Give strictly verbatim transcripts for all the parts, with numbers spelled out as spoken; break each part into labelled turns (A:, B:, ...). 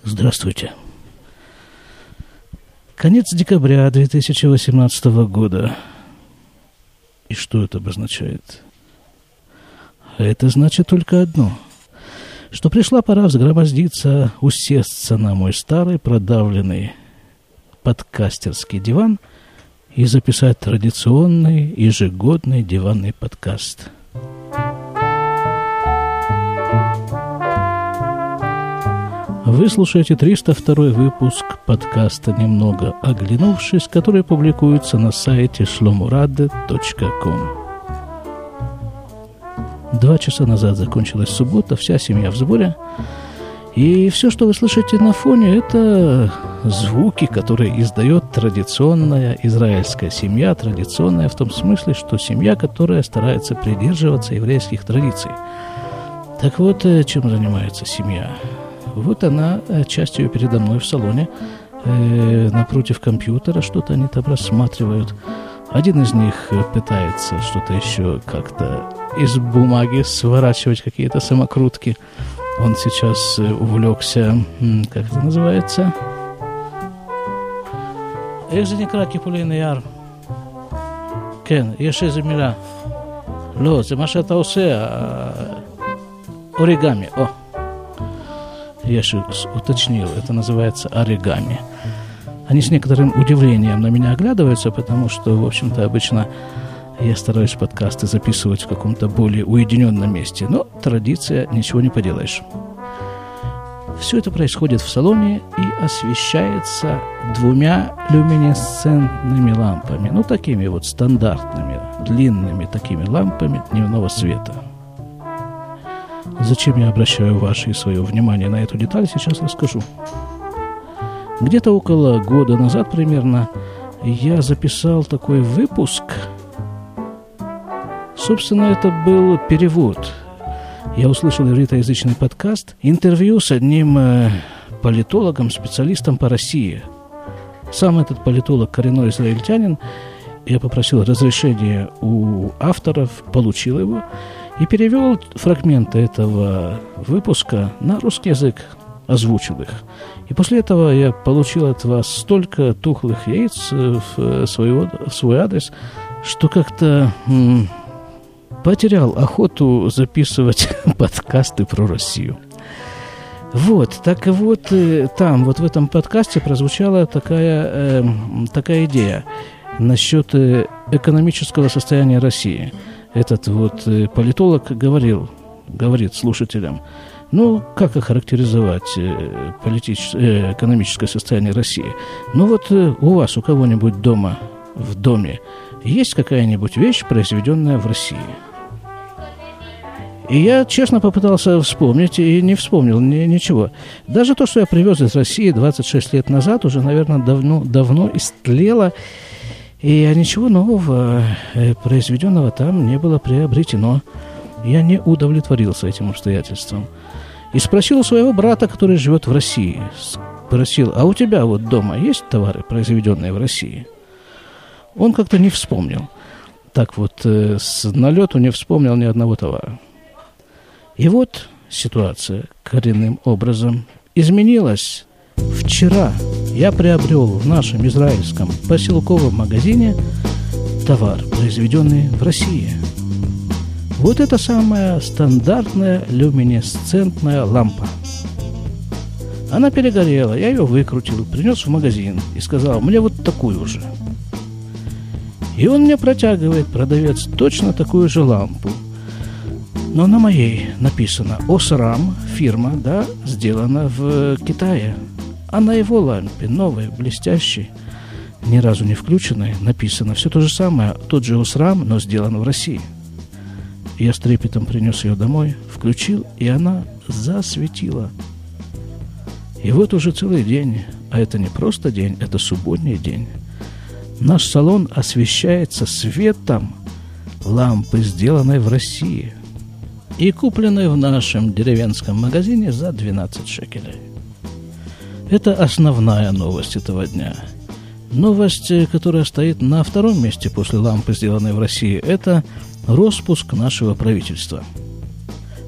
A: Здравствуйте. Конец декабря две тысячи восемнадцатого года. И что это обозначает? Это значит только одно. Что пришла пора взгромоздиться, усесться на мой старый продавленный подкастерский диван и записать традиционный ежегодный диванный подкаст. Вы слушаете триста второй выпуск подкаста «Немного оглянувшись», который публикуется на сайте шломурады точка ком. Два часа назад закончилась суббота, вся семья в сборе. И все, что вы слышите на фоне, это звуки, которые издает традиционная израильская семья. Традиционная в том смысле, что семья, которая старается придерживаться еврейских традиций. Так вот, чем занимается семья? Вот она, часть ее передо мной в салоне, э, напротив компьютера, что-то они там рассматривают. Один из них пытается что-то еще как-то из бумаги сворачивать, какие-то самокрутки. Он сейчас увлекся, как это называется? איך זה נקרא קיפולי נייר? כן, יש איזה מילה. לא, זה מה שאתה עושה, אוריגמי, о. Я же уточнил, это называется оригами. Они с некоторым удивлением на меня оглядываются, потому что, в общем-то, обычно я стараюсь подкасты записывать в каком-то более уединенном месте. Но традиция, ничего не поделаешь. Все это происходит в салоне и освещается двумя люминесцентными лампами. Ну, такими вот стандартными, длинными такими лампами дневного света. Зачем я обращаю ваше и свое внимание на эту деталь, сейчас расскажу. Где-то около года назад примерно я записал такой выпуск. Собственно, это был перевод. Я услышал ивритоязычный подкаст, интервью с одним э, политологом, специалистом по России. Сам этот политолог коренной израильтянин. Я попросил разрешения у авторов, получил его и перевел фрагменты этого выпуска на русский язык, озвучил их. И после этого я получил от вас столько тухлых яиц в, своего, в свой адрес, что как-то м- потерял охоту записывать подкасты про Россию. Вот, так вот, там, вот в этом подкасте прозвучала такая, э, такая идея насчет экономического состояния России. Этот вот политолог говорил, говорит слушателям, ну, как охарактеризовать политическое, экономическое состояние России? Ну, вот у вас, у кого-нибудь дома, в доме, есть какая-нибудь вещь, произведенная в России? И я честно попытался вспомнить, и не вспомнил ни, ничего. Даже то, что я привез из России двадцать шесть лет назад, уже, наверное, давно, давно истлело. И ничего нового, произведенного там, не было приобретено. Я не удовлетворился этим обстоятельством. И спросил у своего брата, который живет в России. Спросил, а у тебя вот дома есть товары, произведенные в России? Он как-то не вспомнил. Так вот, с налету не вспомнил ни одного товара. И вот ситуация коренным образом изменилась. Вчера я приобрел в нашем израильском поселковом магазине товар, произведенный в России. Вот это самая стандартная люминесцентная лампа. Она перегорела, я ее выкрутил, принес в магазин и сказал, мне вот такую же. И он мне протягивает, продавец, точно такую же лампу. Но на моей написано Осрам, фирма, да, сделана в Китае. А на его лампе, новой, блестящей, ни разу не включенной, написано все то же самое, тот же Осрам, но сделан в России. Я с трепетом принес ее домой, включил, и она засветила. И вот уже целый день, а это не просто день, это субботний день, наш салон освещается светом лампы, сделанной в России и купленной в нашем деревенском магазине за двенадцать шекелей. Это основная новость этого дня. Новость, которая стоит на втором месте после лампы, сделанной в России, это роспуск нашего правительства.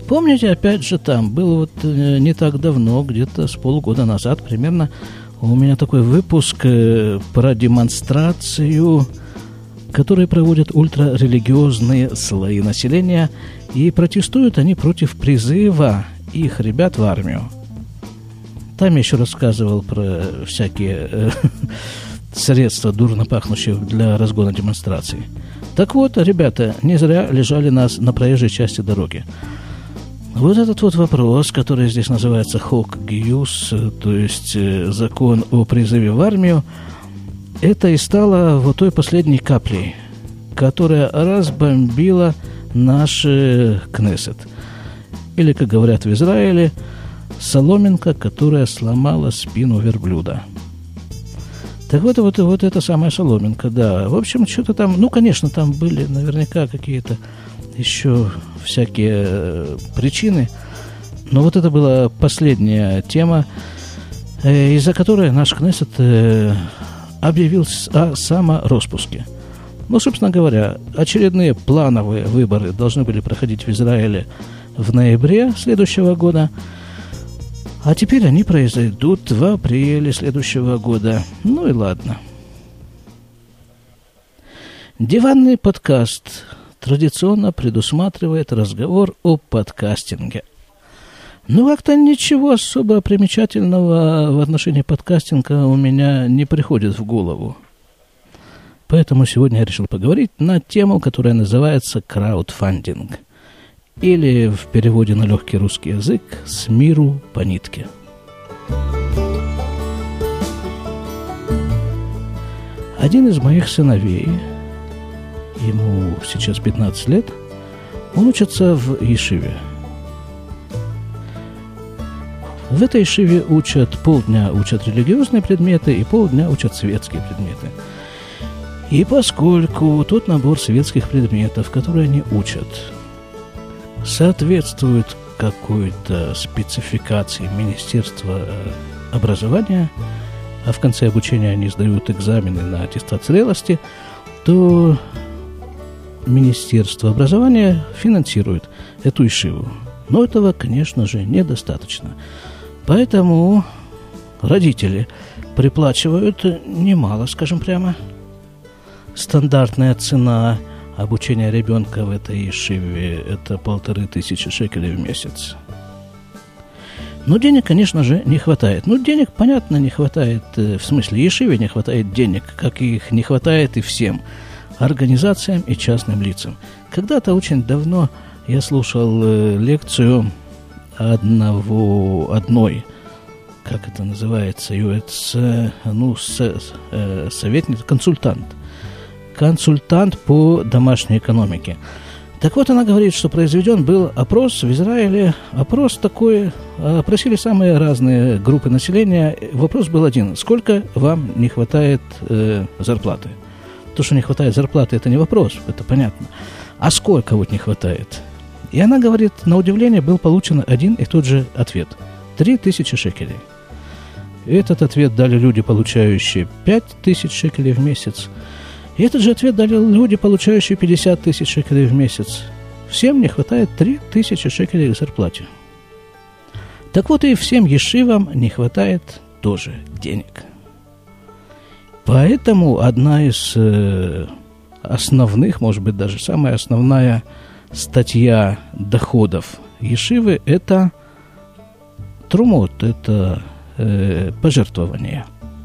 A: Помните, опять же, там было вот не так давно, где-то с полгода назад примерно, у меня такой выпуск про демонстрацию, который проводят ультрарелигиозные слои населения, и протестуют они против призыва их ребят в армию. Там я еще рассказывал про всякие э, средства, дурно пахнущие для разгона демонстраций. Так вот, ребята не зря лежали нас на проезжей части дороги. Вот этот вот вопрос, который здесь называется «Хок Гиюс», то есть э, закон о призыве в армию, это и стало вот той последней каплей, которая разбомбила наш э, Кнессет. Или, как говорят в Израиле, соломинка, которая сломала спину верблюда. Так вот, вот, вот эта самая соломинка, да. В общем, что-то там, ну, конечно, там были наверняка какие-то еще всякие э, причины, но вот это была последняя тема, э, из-за которой наш Кнессет э, объявил о самороспуске. Ну, собственно говоря, очередные плановые выборы должны были проходить в Израиле в ноябре следующего года, а теперь они произойдут в апреле следующего года. Ну и ладно. Диванный подкаст традиционно предусматривает разговор о подкастинге. Ну, как-то ничего особо примечательного в отношении подкастинга у меня не приходит в голову. Поэтому сегодня я решил поговорить на тему, которая называется краудфандинг. Или в переводе на легкий русский язык «с миру по нитке». Один из моих сыновей, ему сейчас пятнадцать лет, он учится в ешиве. В этой ешиве учат, полдня учат религиозные предметы и полдня учат светские предметы. И поскольку тот набор светских предметов, которые они учат, соответствует какой-то спецификации Министерства образования, а в конце обучения они сдают экзамены на аттестат зрелости, то Министерство образования финансирует эту ешиву. Но этого, конечно же, недостаточно. Поэтому родители приплачивают немало, скажем прямо. Стандартная цена обучения ребенка в этой ешиве – это полторы тысячи шекелей в месяц. Но денег, конечно же, не хватает. Ну, денег, понятно, не хватает. В смысле, ешиве не хватает денег, как их не хватает и всем организациям и частным лицам. Когда-то очень давно я слушал э, лекцию одного, одной, как это называется, юэц, ну, с, э, советник, консультант. консультант по домашней экономике. Так вот, она говорит, что произведен был опрос в Израиле. Опрос такой, опросили самые разные группы населения. Вопрос был один. Сколько вам не хватает э, зарплаты? То, что не хватает зарплаты, это не вопрос, это понятно. А сколько вот не хватает? И она говорит, на удивление был получен один и тот же ответ. Три тысячи шекелей. Этот ответ дали люди, получающие пять тысяч шекелей в месяц. И этот же ответ дали люди, получающие пятьдесят тысяч шекелей в месяц. Всем не хватает три тысячи шекелей к зарплате. Так вот и всем ешивам не хватает тоже денег. Поэтому одна из э, основных, может быть, даже самая основная статья доходов ешивы – это трумот, это э, пожертвования.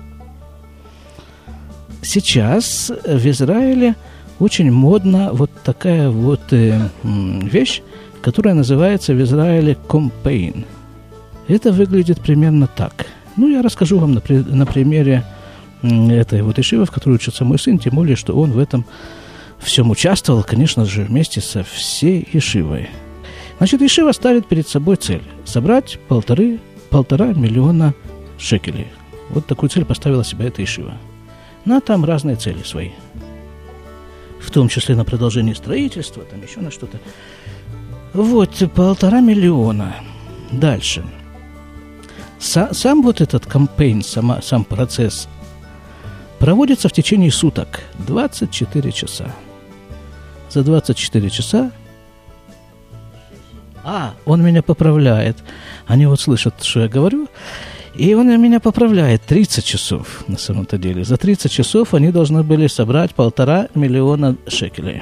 A: Сейчас в Израиле очень модна вот такая вот э, вещь, которая называется в Израиле «кампейн». Это выглядит примерно так. Ну, я расскажу вам на, на примере этой вот ешивы, в которой учится мой сын, тем более, что он в этом всем участвовал, конечно же, вместе со всей ешивой. Значит, ешива ставит перед собой цель – собрать полторы, полтора миллиона шекелей. Вот такую цель поставила себе эта ешива. Ну, а там разные цели свои. В том числе на продолжение строительства, там еще на что-то. Вот, полтора миллиона. Дальше. Са- сам вот этот кампейн, сама, сам процесс проводится в течение суток. двадцать четыре часа. За двадцать четыре часа А, он меня поправляет. Они вот слышат, что я говорю. И он меня поправляет. тридцать часов, на самом-то деле. За тридцать часов они должны были собрать полтора миллиона шекелей.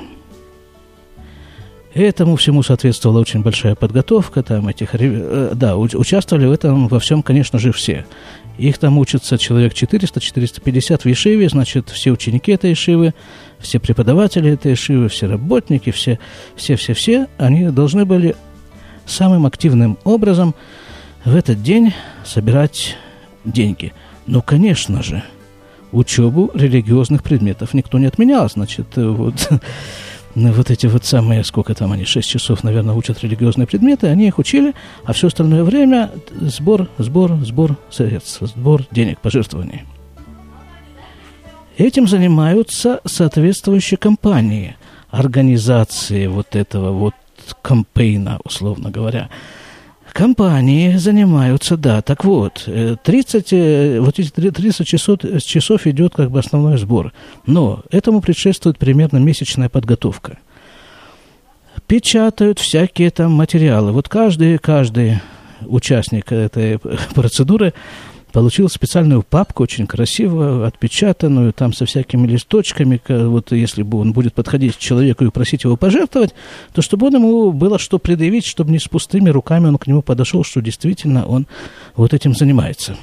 A: Этому всему соответствовала очень большая подготовка. Там этих, э, да, участвовали в этом во всем, конечно же, все. Их там учатся человек четыреста - четыреста пятьдесят в ешиве, значит, все ученики этой ешивы, все преподаватели этой ешивы, все работники, все, все-все-все, они должны были самым активным образом в этот день собирать деньги. Но, конечно же, учебу религиозных предметов никто не отменял, значит, вот... Вот эти вот самые, сколько там они, шесть часов, наверное, учат религиозные предметы, они их учили, а все остальное время сбор, сбор, сбор средств, сбор денег, пожертвований. Этим занимаются соответствующие компании, организации вот этого вот кампейна, условно говоря. Компании занимаются, да, так вот, тридцать, вот эти тридцать часов, часов идет как бы основной сбор, но этому предшествует примерно месячная подготовка. Печатают всякие там материалы. Вот каждый, каждый участник этой процедуры получил специальную папку, очень красиво отпечатанную, там со всякими листочками. Вот если бы он будет подходить к человеку и просить его пожертвовать, то чтобы он ему было что предъявить, чтобы не с пустыми руками он к нему подошел, что действительно он вот этим занимается.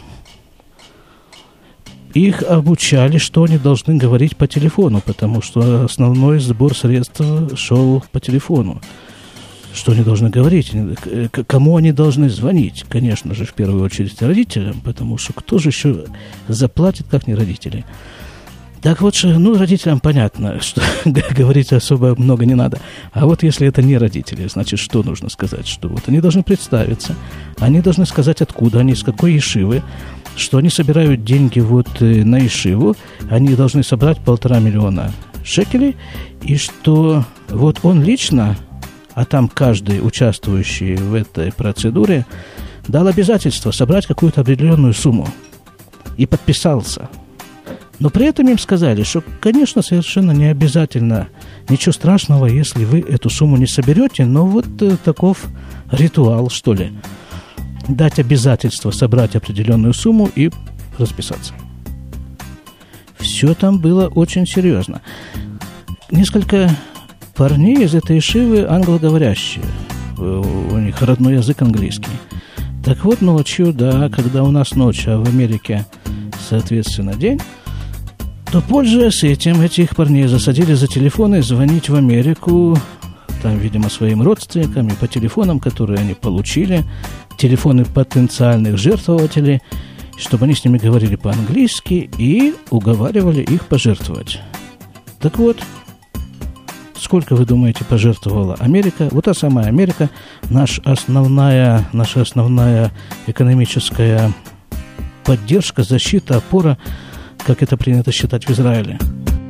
A: Их обучали, что они должны говорить по телефону, потому что основной сбор средств шел по телефону. Что они должны говорить, кому они должны звонить, конечно же, в первую очередь родителям, потому что кто же еще заплатит, как не родители. Так вот, ну, родителям понятно, что говорить особо много не надо. А вот если это не родители, значит, что нужно сказать? Что вот они должны представиться, они должны сказать, откуда они, из какой ешивы, что они собирают деньги вот на ешиву, они должны собрать полтора миллиона шекелей, и что вот он лично... А там каждый участвующий в этой процедуре дал обязательство собрать какую-то определенную сумму и подписался. Но при этом им сказали, что, конечно, совершенно не обязательно, ничего страшного, если вы эту сумму не соберете, но вот э, таков ритуал, что ли. Дать обязательство собрать определенную сумму и расписаться. Все там было очень серьезно. Несколько... Парни из этой ешивы англоговорящие, у них родной язык английский. Так вот, ночью, да, когда у нас ночь, а в Америке, соответственно, день, то, пользуясь этим, этих парней засадили за телефоны звонить в Америку, там, видимо, своим родственникам и по телефонам, которые они получили, телефоны потенциальных жертвователей, чтобы они с ними говорили по-английски и уговаривали их пожертвовать. Так вот, сколько, вы думаете, пожертвовала Америка? Вот та самая Америка, наша основная, наша основная экономическая поддержка, защита, опора, как это принято считать в Израиле.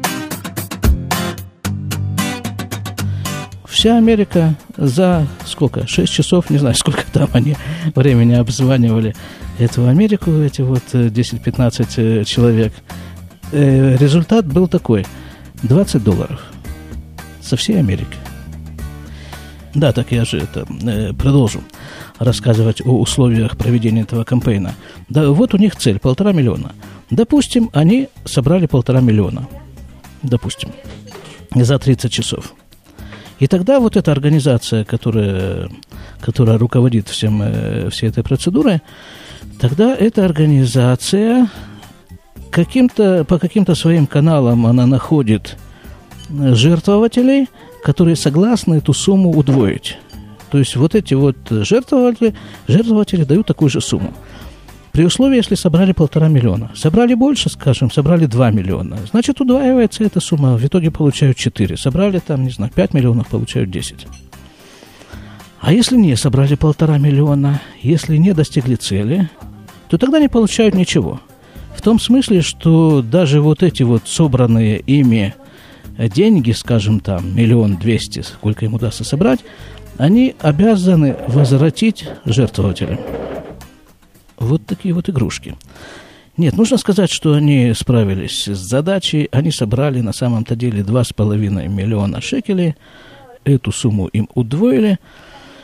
A: Вся Америка за сколько? шесть часов, не знаю, сколько там они времени обзванивали эту Америку, эти вот десять-пятнадцать человек. Результат был такой: двадцать долларов. Со всей Америки. Да, так я же это э, продолжу рассказывать о условиях проведения этого кампейна. Да, вот у них цель – полтора миллиона. Допустим, они собрали полтора миллиона. Допустим. За тридцать часов. И тогда вот эта организация, которая, которая руководит всем, э, всей этой процедурой, тогда эта организация каким-то, по каким-то своим каналам она находит жертвователей, которые согласны эту сумму удвоить. То есть вот эти вот жертвователи, жертвователи дают такую же сумму. При условии, если собрали полтора миллиона. Собрали больше, скажем, собрали два миллиона. Значит, удваивается эта сумма. В итоге получают четыре. Собрали там, не знаю, пять миллионов, получают десять. А если не собрали полтора миллиона, если не достигли цели, то тогда не получают ничего. В том смысле, что даже вот эти вот собранные ими деньги, скажем, там, миллион двести, сколько им удастся собрать, они обязаны возвратить жертвователям. Вот такие вот игрушки. Нет, нужно сказать, что они справились с задачей, они собрали на самом-то деле два с половиной миллиона шекелей, эту сумму им удвоили,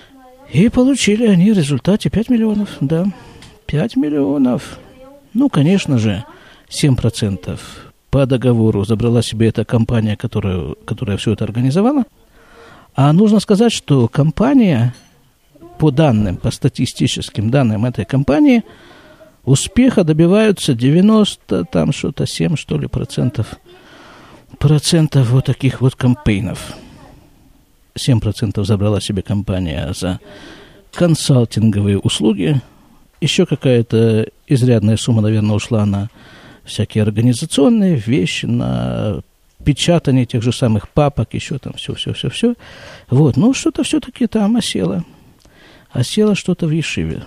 A: И получили они в результате пять миллионов, да, пять миллионов. Ну, конечно же, семь процентов по договору забрала себе эта компания, которая, которая все это организовала. А нужно сказать, что компания, по данным, по статистическим данным этой компании, успеха добиваются девяносто, там что-то семь, что ли, процентов, процентов вот таких вот кампейнов. семь процентов забрала себе компания за консалтинговые услуги. Еще какая-то изрядная сумма, наверное, ушла на всякие организационные вещи, на печатание тех же самых папок, еще там все-все-все-все. Вот, ну, что-то все-таки там осело. Осело что-то в Ешиве.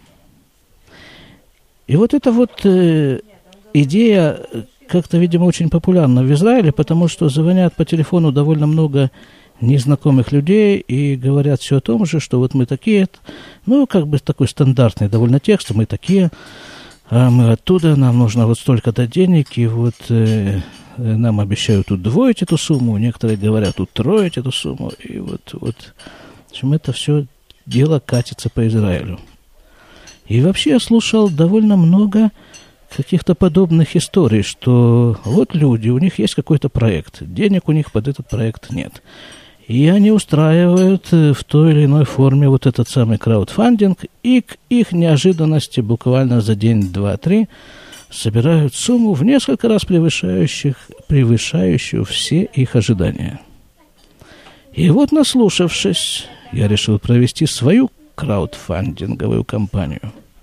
A: И вот эта вот э, идея как-то, видимо, очень популярна в Израиле, потому что звонят по телефону довольно много незнакомых людей и говорят все о том же, что вот мы такие, ну, как бы такой стандартный довольно текст, мы такие, а мы оттуда, нам нужно вот столько-то денег, и вот э, нам обещают удвоить эту сумму, некоторые говорят утроить эту сумму, и вот, вот, в общем, это все дело катится по Израилю. И вообще я слушал довольно много каких-то подобных историй, что вот люди, у них есть какой-то проект, денег у них под этот проект нет. И они устраивают в той или иной форме вот этот самый краудфандинг, и к их неожиданности буквально за день, два, три собирают сумму в несколько раз превышающих, превышающую все их ожидания. И вот, наслушавшись, я решил провести свою краудфандинговую кампанию.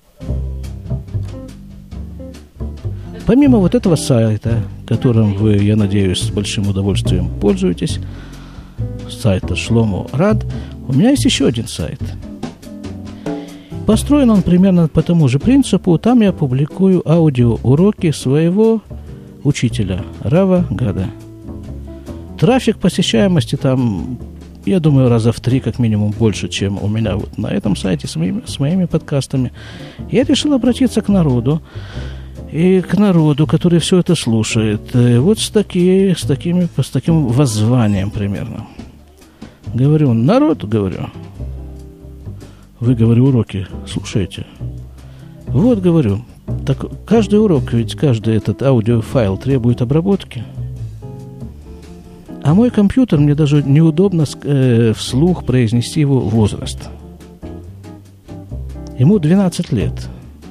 A: Помимо вот этого сайта, которым вы, я надеюсь, с большим удовольствием пользуетесь, сайта Шломо Рад, у меня есть еще один сайт. Построен он примерно по тому же принципу. Там я публикую аудиоуроки своего учителя, Рава Гада. Трафик посещаемости там, я думаю, раза в три, как минимум, больше, чем у меня вот на этом сайте с моими, с моими подкастами. Я решил обратиться к народу. И к народу, который все это слушает, вот с, такие, с, такими, с таким воззванием примерно. Говорю, народ, говорю, вы, говорю, уроки слушаете. Вот, говорю, так каждый урок, ведь каждый этот аудиофайл требует обработки. А мой компьютер, мне даже неудобно э, вслух произнести его возраст. Ему двенадцать лет.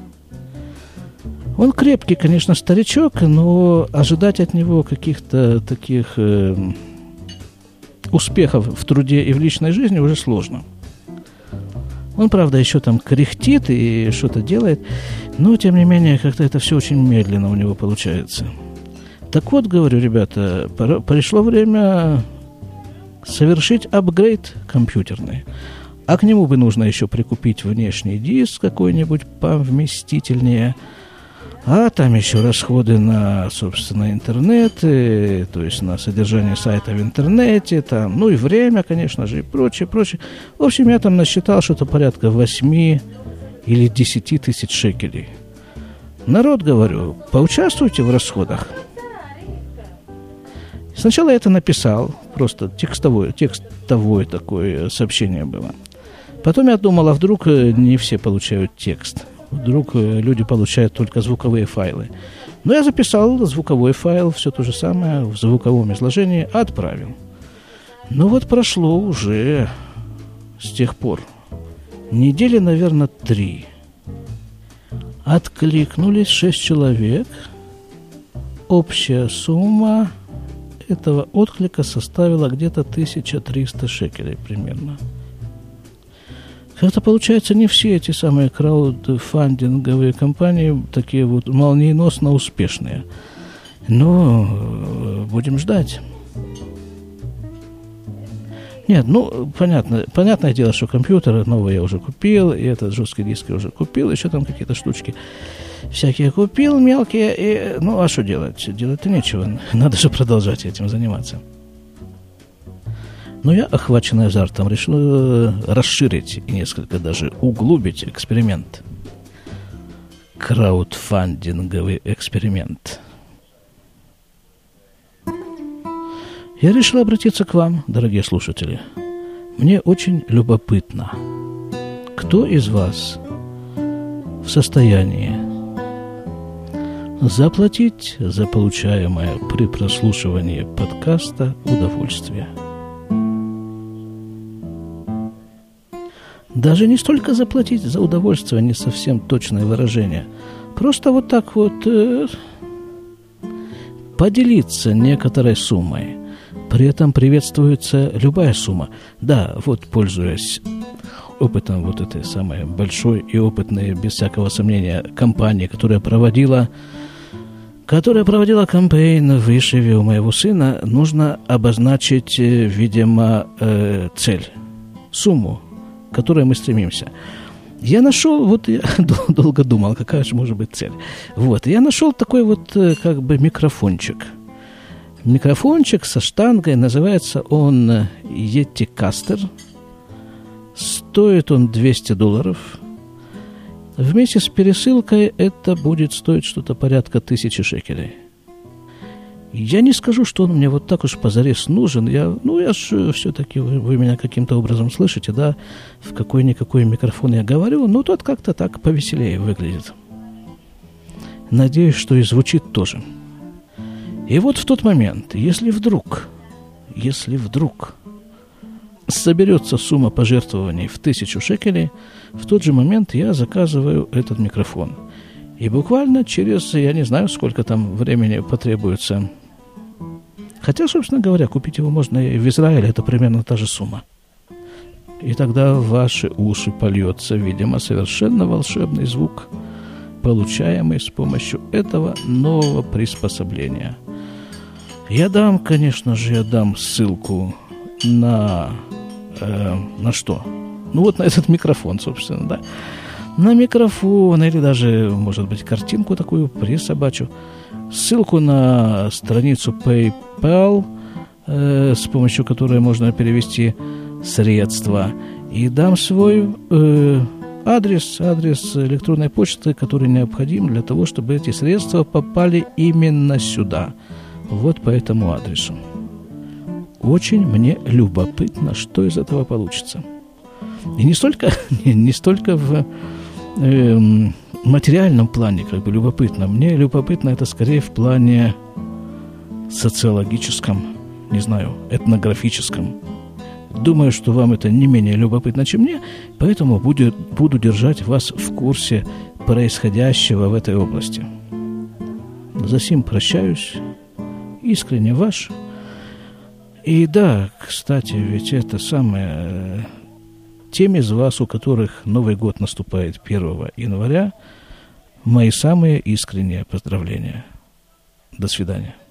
A: Он крепкий, конечно, старичок, но ожидать от него каких-то таких э, успехов в труде и в личной жизни уже сложно. Он, правда, еще там кряхтит и что-то делает, но, тем не менее, как-то это все очень медленно у него получается. Так вот, говорю, ребята, пора, пришло время совершить апгрейд компьютерный. А к нему бы нужно еще прикупить внешний диск какой-нибудь повместительнее. А там еще расходы на, собственно, интернет, и, то есть на содержание сайта в интернете, там, ну и время, конечно же, и прочее, прочее. В общем, я там насчитал что-то порядка восьми или десяти тысяч шекелей. Народ, говорю, поучаствуйте в расходах. Сначала я это написал, просто текстовое, текстовое такое сообщение было. Потом я думал, а вдруг не все получают текст. Вдруг люди получают только звуковые файлы. Но я записал звуковой файл, все то же самое, в звуковом изложении, отправил. Ну вот прошло уже с тех пор недели, наверное, три. Откликнулись шесть человек. Общая сумма этого отклика составила где-то тысяча триста шекелей примерно. Как-то получается, не все эти самые краудфандинговые компании такие вот молниеносно успешные. Но будем ждать. Нет, ну, понятно, понятное дело, что компьютер новый я уже купил, и этот жесткий диск я уже купил, еще там какие-то штучки всякие купил, мелкие, и, ну, а что делать? Делать-то нечего, надо же продолжать этим заниматься. Но я, охваченный азартом, решил расширить и несколько даже углубить эксперимент. Краудфандинговый эксперимент. Я решил обратиться к вам, дорогие слушатели. Мне очень любопытно. кто из вас в состоянии заплатить за получаемое при прослушивании подкаста удовольствие? Даже не столько заплатить за удовольствие, не совсем точное выражение. Просто вот так вот э, поделиться некоторой суммой. При этом приветствуется любая сумма. Да, вот, пользуясь опытом вот этой самой большой и опытной, без всякого сомнения, компании, которая проводила, которая проводила кампейн в Ишиве у моего сына, нужно обозначить, видимо, э, цель, сумму, к которой мы стремимся. Я нашел, вот я долго думал, какая же может быть цель. Вот, я нашел такой вот как бы микрофончик. Микрофончик со штангой, называется он Yeti Caster. Стоит он двести долларов. Вместе с пересылкой это будет стоить что-то порядка тысячи шекелей. Я не скажу, что он мне вот так уж позарез нужен. Я, ну, я ж все-таки, вы, вы меня каким-то образом слышите, да, в какой-никакой микрофон я говорю, но тот как-то так повеселее выглядит. Надеюсь, что и звучит тоже. И вот в тот момент, если вдруг, если вдруг соберется сумма пожертвований в тысячу шекелей, в тот же момент я заказываю этот микрофон. И буквально через, я не знаю, сколько там времени потребуется. Хотя, собственно говоря, купить его можно и в Израиле, это примерно та же сумма. И тогда в ваши уши польется, видимо, совершенно волшебный звук, получаемый с помощью этого нового приспособления. Я дам, конечно же, я дам ссылку на... Э, на что? Ну, вот на этот микрофон, собственно, да. На микрофон или даже, может быть, картинку такую присобачу. Ссылку на страницу PayPal, э, с помощью которой можно перевести средства. И дам свой э, адрес, адрес электронной почты, который необходим для того, чтобы эти средства попали именно сюда. Вот по этому адресу. Очень мне любопытно, что из этого получится. И не столько, не, не столько в э, материальном плане, как бы любопытно. Мне любопытно это скорее в плане социологическом, не знаю, этнографическом. Думаю, что вам это не менее любопытно, чем мне, поэтому буду, буду держать вас в курсе происходящего в этой области. Засим прощаюсь. Искренне ваш. И да, кстати, ведь это самое... Тем из вас, у которых Новый год наступает первого января, мои самые искренние поздравления. До свидания.